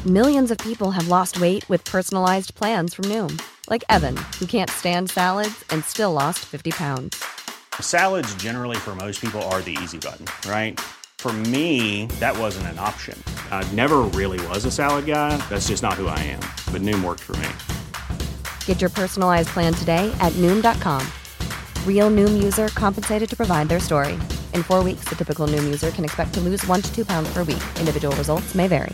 Millions of people have lost weight with personalized plans from Noom. Like Evan, who can't stand salads and still lost 50 pounds. Salads generally for most people are the easy button, right? For me, that wasn't an option. I never really was a salad guy. That's just not who I am. But Noom worked for me. Get your personalized plan today at Noom.com. Real Noom user compensated to provide their story. In 4 weeks, the typical Noom user can expect to lose 1 to 2 pounds per week. Individual results may vary.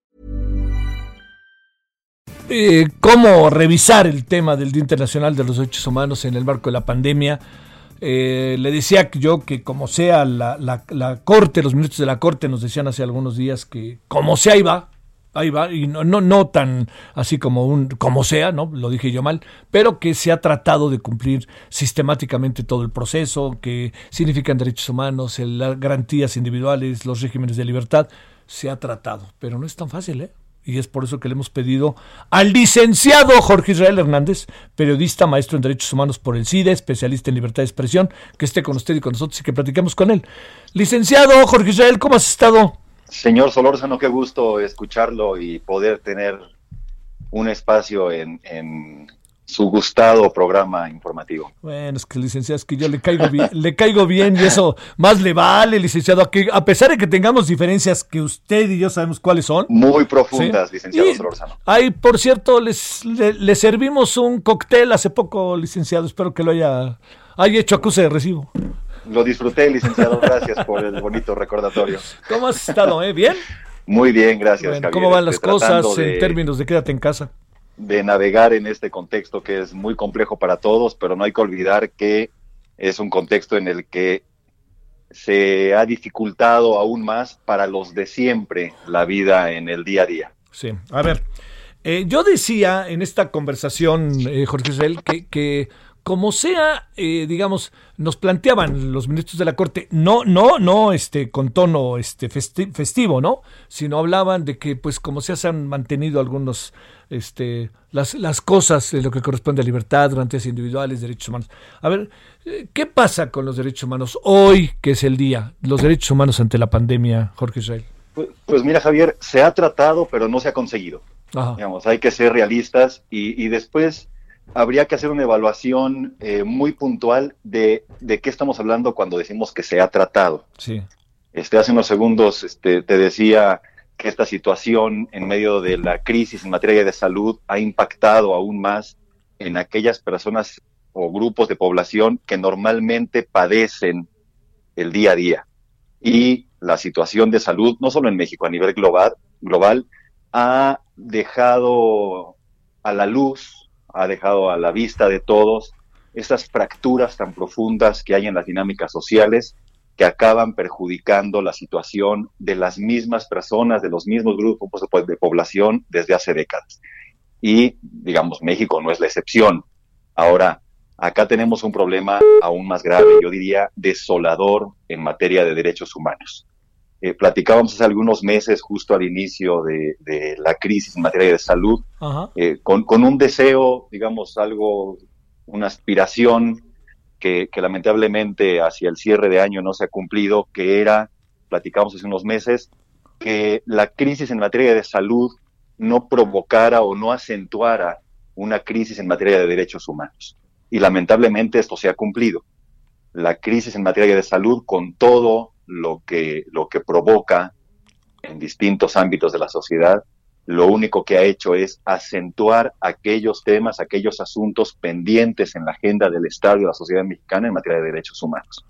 Cómo revisar el tema del Día Internacional de los Derechos Humanos en el marco de la pandemia. Le decía yo que como sea la Corte, los ministros de la Corte nos decían hace algunos días que como sea ahí va, y no tan así como sea, ¿no? Lo dije yo mal, pero que se ha tratado de cumplir sistemáticamente todo el proceso, que significan derechos humanos, las garantías individuales, los regímenes de libertad, se ha tratado, pero no es tan fácil, ¿eh? Y es por eso que le hemos pedido al licenciado Jorge Israel Hernández, periodista, maestro en Derechos Humanos por el CIDE, especialista en libertad de expresión, que esté con usted y con nosotros y que platiquemos con él. Licenciado Jorge Israel, ¿cómo has estado? Señor Solórzano, qué gusto escucharlo y poder tener un espacio en su gustado programa informativo. Bueno, es que licenciado, es que yo le caigo bien y eso más le vale, licenciado, a pesar de que tengamos diferencias que usted y yo sabemos cuáles son. Muy profundas, ¿sí? Licenciado Y, Solórzano. Ay, por cierto, le servimos un cóctel hace poco, licenciado, espero que lo haya hecho acuse de recibo. Lo disfruté, licenciado, gracias por el bonito recordatorio. ¿Cómo has estado, Bien? Muy bien, gracias, Bueno, Javier. ¿cómo van las cosas en términos de quédate en casa? De navegar en este contexto que es muy complejo para todos, pero no hay que olvidar que es un contexto en el que se ha dificultado aún más para los de siempre la vida en el día a día. Sí, a ver, yo decía en esta conversación, Jorge Israel, que como sea, digamos, nos planteaban los ministros de la Corte, no, con tono festivo, ¿no? Sino hablaban de que, pues, como sea, se han mantenido algunos, las cosas de lo que corresponde a libertad, garantías individuales, derechos humanos. A ver, ¿qué pasa con los derechos humanos hoy, que es el día, los derechos humanos ante la pandemia, Jorge Israel? Pues mira, Javier, se ha tratado, pero no se ha conseguido. Ajá. Digamos, hay que ser realistas y después habría que hacer una evaluación muy puntual de qué estamos hablando cuando decimos que se ha tratado. Sí. Hace unos segundos te decía que esta situación en medio de la crisis en materia de salud ha impactado aún más en aquellas personas o grupos de población que normalmente padecen el día a día. Y la situación de salud, no solo en México, a nivel global, ha dejado a la luz, ha dejado a la vista de todos esas fracturas tan profundas que hay en las dinámicas sociales que acaban perjudicando la situación de las mismas personas, de los mismos grupos de población desde hace décadas. Y, digamos, México no es la excepción. Ahora, acá tenemos un problema aún más grave, yo diría desolador en materia de derechos humanos. Platicábamos hace algunos meses, justo al inicio de la crisis en materia de salud, con un deseo, digamos, una aspiración que lamentablemente hacia el cierre de año no se ha cumplido, que era, platicamos hace unos meses, que la crisis en materia de salud no provocara o no acentuara una crisis en materia de derechos humanos. Y lamentablemente esto se ha cumplido. La crisis en materia de salud, con todo lo que provoca en distintos ámbitos de la sociedad, lo único que ha hecho es acentuar aquellos temas, aquellos asuntos pendientes en la agenda del Estado y de la sociedad mexicana en materia de derechos humanos.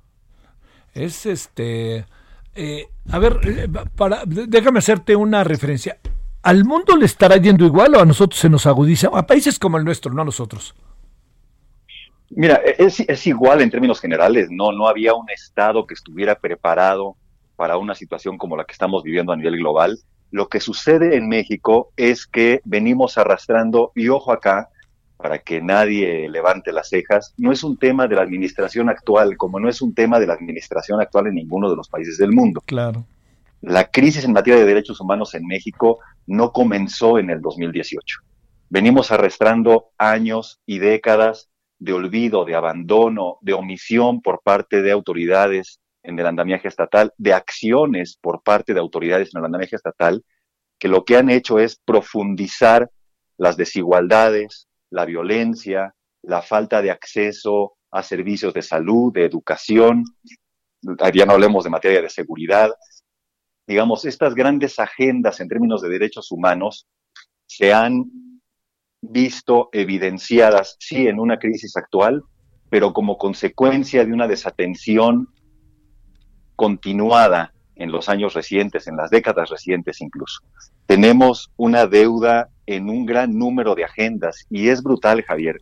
Déjame hacerte una referencia. ¿Al mundo le estará yendo igual o a nosotros se nos agudiza? A países como el nuestro, no a nosotros. Mira, es igual en términos generales, no había un Estado que estuviera preparado para una situación como la que estamos viviendo a nivel global. Lo que sucede en México es que venimos arrastrando, y ojo acá, para que nadie levante las cejas, no es un tema de la administración actual, como no es un tema de la administración actual en ninguno de los países del mundo. Claro. La crisis en materia de derechos humanos en México no comenzó en el 2018. Venimos arrastrando años y décadas de olvido, de abandono, de omisión por parte de autoridades en el andamiaje estatal, de acciones por parte de autoridades en el andamiaje estatal que lo que han hecho es profundizar las desigualdades, la violencia, la falta de acceso a servicios de salud, de educación, ya no hablemos de materia de seguridad. Digamos, estas grandes agendas en términos de derechos humanos se han visto evidenciadas, sí, en una crisis actual, pero como consecuencia de una desatención continuada en los años recientes, en las décadas recientes incluso. Tenemos una deuda en un gran número de agendas y es brutal, Javier.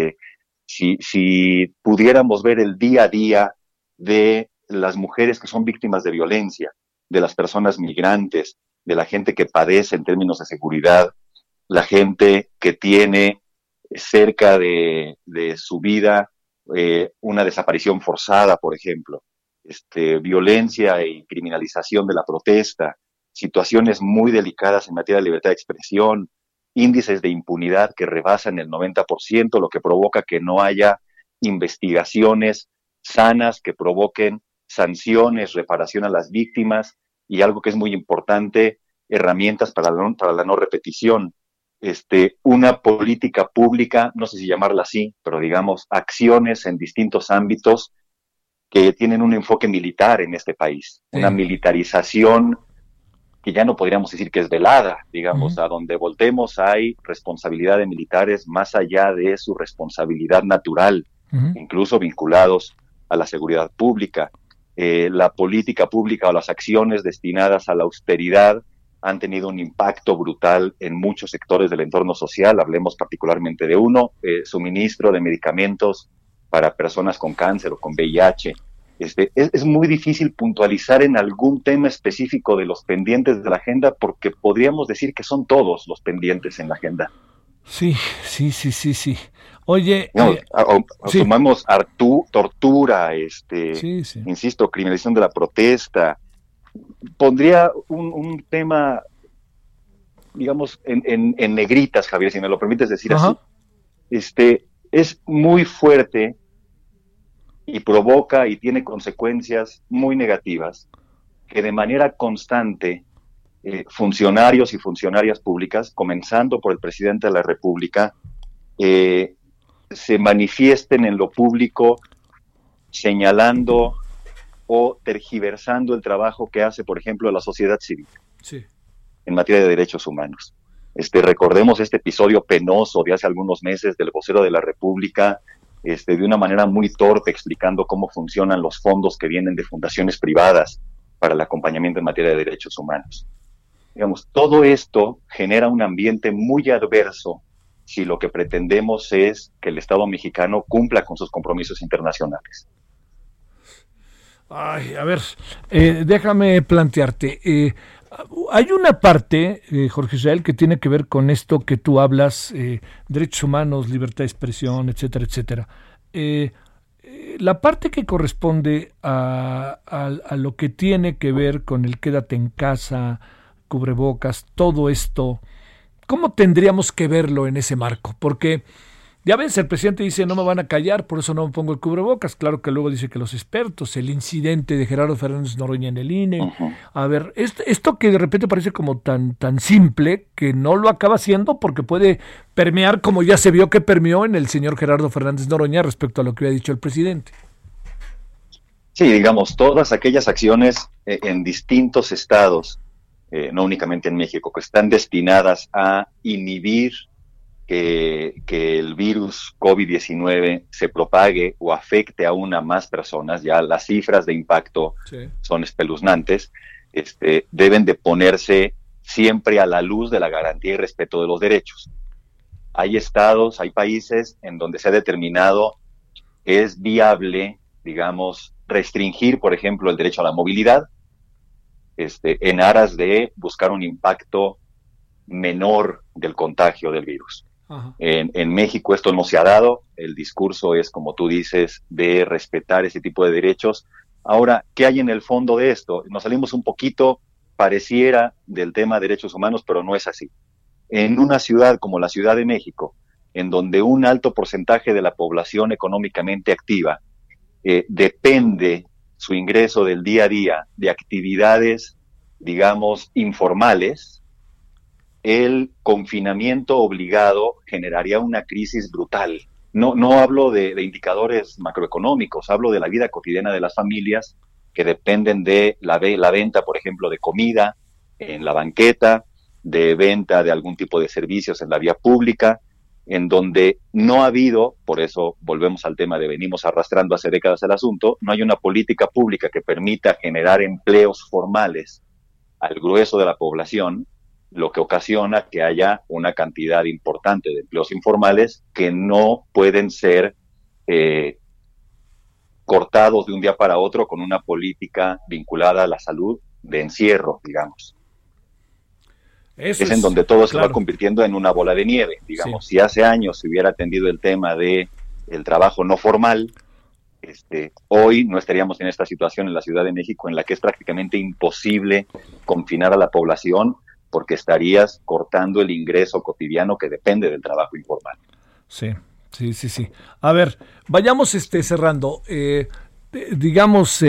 Si pudiéramos ver el día a día de las mujeres que son víctimas de violencia, de las personas migrantes, de la gente que padece en términos de seguridad, la gente que tiene cerca de su vida una desaparición forzada, por ejemplo, violencia y criminalización de la protesta, situaciones muy delicadas en materia de libertad de expresión, índices de impunidad que rebasan el 90%, lo que provoca que no haya investigaciones sanas que provoquen sanciones, reparación a las víctimas y algo que es muy importante, herramientas para la no repetición. Una política pública, no sé si llamarla así, pero digamos acciones en distintos ámbitos que tienen un enfoque militar en este país, una militarización que ya no podríamos decir que es velada, digamos, a donde voltemos hay responsabilidad de militares más allá de su responsabilidad natural, incluso vinculados a la seguridad pública. La política pública o las acciones destinadas a la austeridad han tenido un impacto brutal en muchos sectores del entorno social. Hablemos particularmente de uno, suministro de medicamentos para personas con cáncer o con VIH. Es muy difícil puntualizar en algún tema específico de los pendientes de la agenda porque podríamos decir que son todos los pendientes en la agenda. Sí. Oye, sumamos tortura, insisto, criminalización de la protesta. Pondría un tema, digamos, en negritas, Javier, si me lo permites decir así. Es muy fuerte y provoca y tiene consecuencias muy negativas que de manera constante funcionarios y funcionarias públicas, comenzando por el presidente de la República, se manifiesten en lo público señalando o tergiversando el trabajo que hace, por ejemplo, la sociedad civil en materia de derechos humanos. Recordemos este episodio penoso de hace algunos meses del vocero de la República, de una manera muy torpe, explicando cómo funcionan los fondos que vienen de fundaciones privadas para el acompañamiento en materia de derechos humanos. Digamos, todo esto genera un ambiente muy adverso si lo que pretendemos es que el Estado mexicano cumpla con sus compromisos internacionales. Ay, a ver, déjame plantearte. Hay una parte, Jorge Israel, que tiene que ver con esto que tú hablas, derechos humanos, libertad de expresión, etcétera, etcétera. La parte que corresponde a lo que tiene que ver con el quédate en casa, cubrebocas, todo esto, ¿cómo tendríamos que verlo en ese marco? Porque ya ves, el presidente dice no me van a callar, por eso no me pongo el cubrebocas. Claro que luego dice que los expertos, el incidente de Gerardo Fernández Noroña en el INE. Uh-huh. A ver, esto que de repente parece como tan simple, que no lo acaba haciendo porque puede permear, como ya se vio que permeó en el señor Gerardo Fernández Noroña respecto a lo que había dicho el presidente. Sí, digamos, todas aquellas acciones en distintos estados, no únicamente en México, que están destinadas a inhibir que el virus COVID-19 se propague o afecte aún a más personas, ya las cifras de impacto son espeluznantes, deben de ponerse siempre a la luz de la garantía y respeto de los derechos. Hay estados, hay países en donde se ha determinado que es viable, digamos, restringir, por ejemplo, el derecho a la movilidad, en aras de buscar un impacto menor del contagio del virus. En México esto no se ha dado, el discurso es, como tú dices, de respetar ese tipo de derechos. Ahora, ¿qué hay en el fondo de esto? Nos salimos un poquito, pareciera, del tema de derechos humanos, pero no es así. En una ciudad como la Ciudad de México, en donde un alto porcentaje de la población económicamente activa depende su ingreso del día a día de actividades, digamos, informales, el confinamiento obligado generaría una crisis brutal. No hablo de indicadores macroeconómicos, hablo de la vida cotidiana de las familias que dependen de la venta, por ejemplo, de comida en la banqueta, de venta de algún tipo de servicios en la vía pública, en donde no ha habido, por eso volvemos al tema de venimos arrastrando hace décadas el asunto, no hay una política pública que permita generar empleos formales al grueso de la población, lo que ocasiona que haya una cantidad importante de empleos informales que no pueden ser cortados de un día para otro con una política vinculada a la salud de encierro, digamos. Eso es en donde todo se claro. va convirtiendo en una bola de nieve, digamos. Sí. Si hace años se hubiera atendido el tema de el trabajo no formal, hoy no estaríamos en esta situación en la Ciudad de México en la que es prácticamente imposible confinar a la población porque estarías cortando el ingreso cotidiano que depende del trabajo informal. Sí. A ver, vayamos cerrando. Digamos,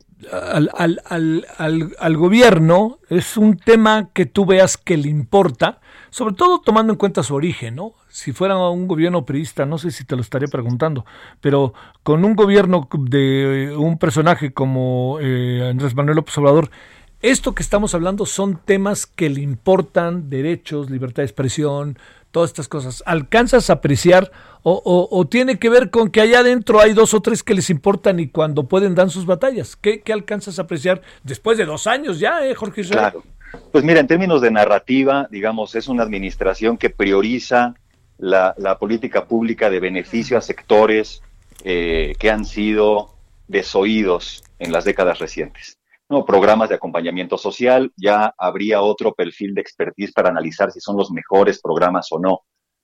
al gobierno es un tema que tú veas que le importa, sobre todo tomando en cuenta su origen, ¿no? Si fuera un gobierno priista, no sé si te lo estaría preguntando, pero con un gobierno de un personaje como Andrés Manuel López Obrador, esto que estamos hablando son temas que le importan, derechos, libertad de expresión, todas estas cosas. ¿Alcanzas a apreciar o tiene que ver con que allá adentro hay 2 o 3 que les importan y cuando pueden dan sus batallas? ¿Qué alcanzas a apreciar después de 2 años ya, Jorge Israel? Claro. Pues mira, en términos de narrativa, digamos, es una administración que prioriza la política pública de beneficio a sectores que han sido desoídos en las décadas recientes. No, programas de acompañamiento social, ya habría otro perfil de expertise para analizar si son los mejores programas o no.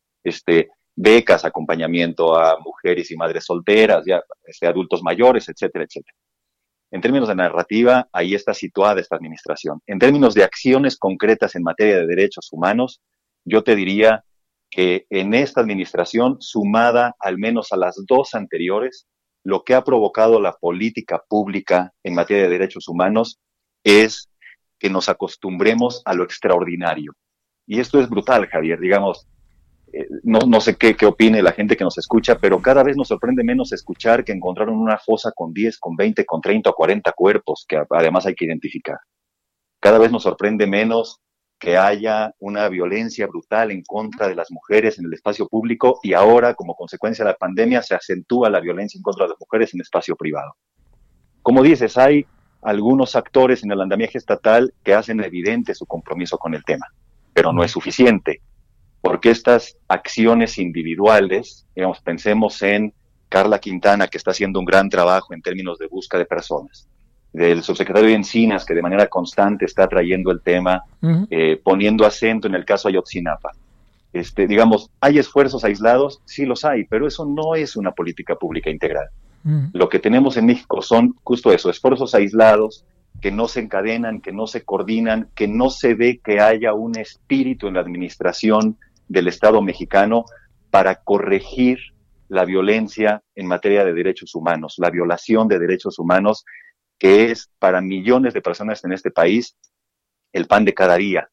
Becas, acompañamiento a mujeres y madres solteras, ya adultos mayores, etcétera, etcétera. En términos de narrativa, ahí está situada esta administración. En términos de acciones concretas en materia de derechos humanos, yo te diría que en esta administración, sumada al menos a las 2 anteriores, lo que ha provocado la política pública en materia de derechos humanos es que nos acostumbremos a lo extraordinario. Y esto es brutal, Javier, digamos, no sé qué opine la gente que nos escucha, pero cada vez nos sorprende menos escuchar que encontraron una fosa con 10, con 20, con 30 o 40 cuerpos que además hay que identificar. Cada vez nos sorprende menos que haya una violencia brutal en contra de las mujeres en el espacio público y ahora, como consecuencia de la pandemia, se acentúa la violencia en contra de las mujeres en el espacio privado. Como dices, hay algunos actores en el andamiaje estatal que hacen evidente su compromiso con el tema, pero no es suficiente, porque estas acciones individuales, digamos, pensemos en Carla Quintana, que está haciendo un gran trabajo en términos de búsqueda de personas, del subsecretario Encinas, que de manera constante está trayendo el tema, poniendo acento en el caso Ayotzinapa. Digamos, ¿hay esfuerzos aislados? Sí los hay, pero eso no es una política pública integral. Lo que tenemos en México son justo eso, esfuerzos aislados que no se encadenan, que no se coordinan, que no se ve que haya un espíritu en la administración del Estado mexicano para corregir la violencia en materia de derechos humanos, la violación de derechos humanos, que es para millones de personas en este país el pan de cada día.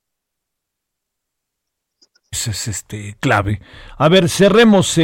Eso es clave. A ver, cerremos.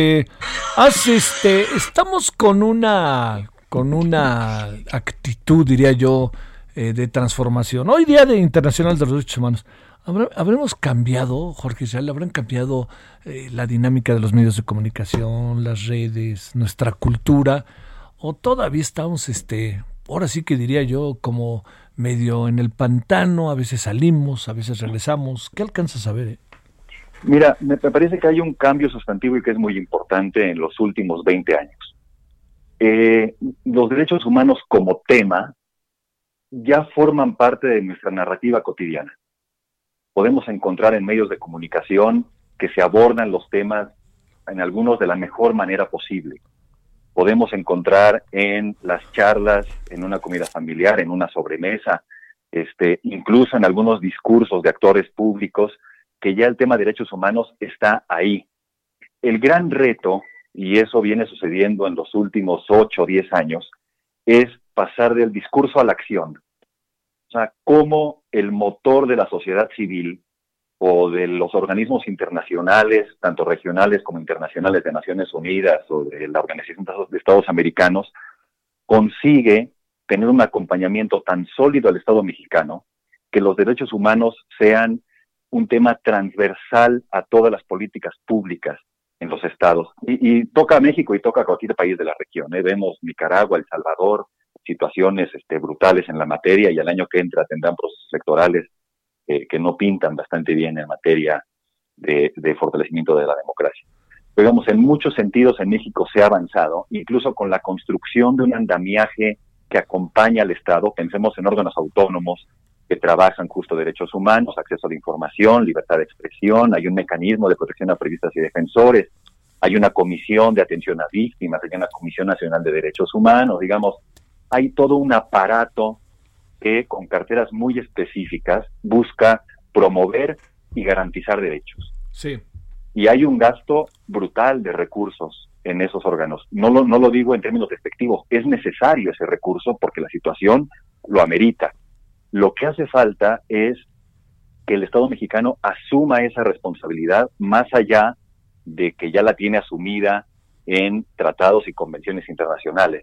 Estamos con una actitud, diría yo, de transformación. Hoy Día Internacional de los Derechos Humanos. ¿Habremos cambiado, Jorge Israel? ¿Habrán cambiado la dinámica de los medios de comunicación, las redes, nuestra cultura? ¿O todavía estamos, ahora sí que diría yo, como medio en el pantano? A veces salimos, a veces regresamos. ¿Qué alcanzas a ver? Mira, me parece que hay un cambio sustantivo y que es muy importante en los últimos 20 años. Los derechos humanos como tema ya forman parte de nuestra narrativa cotidiana. Podemos encontrar en medios de comunicación que se abordan los temas en algunos de la mejor manera posible. Podemos encontrar en las charlas, en una comida familiar, en una sobremesa, incluso en algunos discursos de actores públicos, que ya el tema de derechos humanos está ahí. El gran reto, y eso viene sucediendo en los últimos 8 o 10 años, es pasar del discurso a la acción. O sea, cómo el motor de la sociedad civil o de los organismos internacionales, tanto regionales como internacionales de Naciones Unidas o de la Organización de Estados Americanos, consigue tener un acompañamiento tan sólido al Estado mexicano que los derechos humanos sean un tema transversal a todas las políticas públicas en los estados. Y toca a México y toca a cualquier país de la región. Vemos Nicaragua, El Salvador, situaciones brutales en la materia, y el año que entra tendrán procesos electorales que no pintan bastante bien en materia de fortalecimiento de la democracia. Pero digamos, en muchos sentidos en México se ha avanzado, incluso con la construcción de un andamiaje que acompaña al Estado. Pensemos en órganos autónomos que trabajan justo derechos humanos, acceso a la información, libertad de expresión, hay un mecanismo de protección a periodistas y defensores, hay una comisión de atención a víctimas, hay una Comisión Nacional de Derechos Humanos, digamos, hay todo un aparato que con carteras muy específicas busca promover y garantizar derechos. Sí. Y hay un gasto brutal de recursos en esos órganos. No lo digo en términos despectivos, es necesario ese recurso porque la situación lo amerita. Lo que hace falta es que el Estado mexicano asuma esa responsabilidad más allá de que ya la tiene asumida en tratados y convenciones internacionales.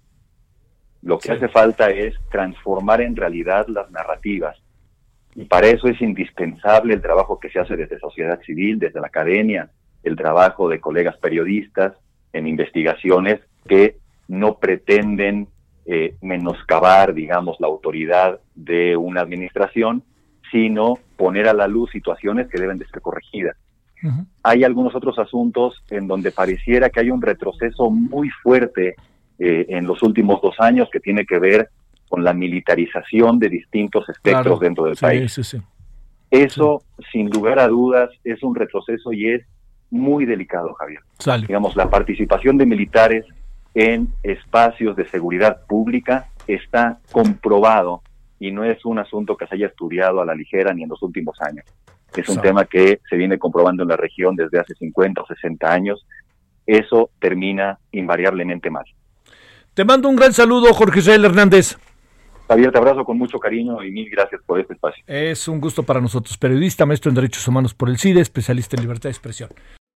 Lo que hace falta es transformar en realidad las narrativas. Y para eso es indispensable el trabajo que se hace desde sociedad civil, desde la academia, el trabajo de colegas periodistas en investigaciones que no pretenden menoscabar, digamos, la autoridad de una administración, sino poner a la luz situaciones que deben de ser corregidas. Uh-huh. Hay algunos otros asuntos en donde pareciera que hay un retroceso muy fuerte en los últimos 2 años que tiene que ver con la militarización de distintos espectros dentro del país. Sí. Eso, sin lugar a dudas, es un retroceso y es muy delicado, Javier. Digamos, la participación de militares en espacios de seguridad pública está comprobado y no es un asunto que se haya estudiado a la ligera ni en los últimos años. Es un tema que se viene comprobando en la región desde hace 50 o 60 años. Eso termina invariablemente mal. Te mando un gran saludo, Jorge Israel Hernández. Javier, te abrazo con mucho cariño y mil gracias por este espacio. Es un gusto para nosotros. Periodista, maestro en Derechos Humanos por el CIDE, especialista en libertad de expresión.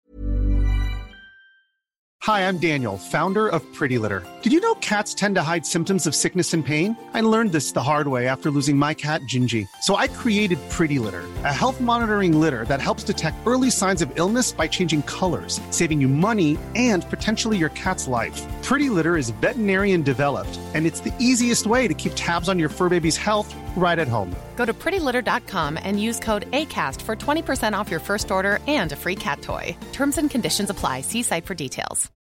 Hi, I'm Daniel, founder of Pretty Litter. Did you know cats tend to hide symptoms of sickness and pain? I learned this the hard way after losing my cat, Gingy. So I created Pretty Litter, a health monitoring litter that helps detect early signs of illness by changing colors, saving you money and potentially your cat's life. Pretty Litter is veterinarian developed, and it's the easiest way to keep tabs on your fur baby's health right at home. Go to prettylitter.com and use code ACAST for 20% off your first order and a free cat toy. Terms and conditions apply. See site for details.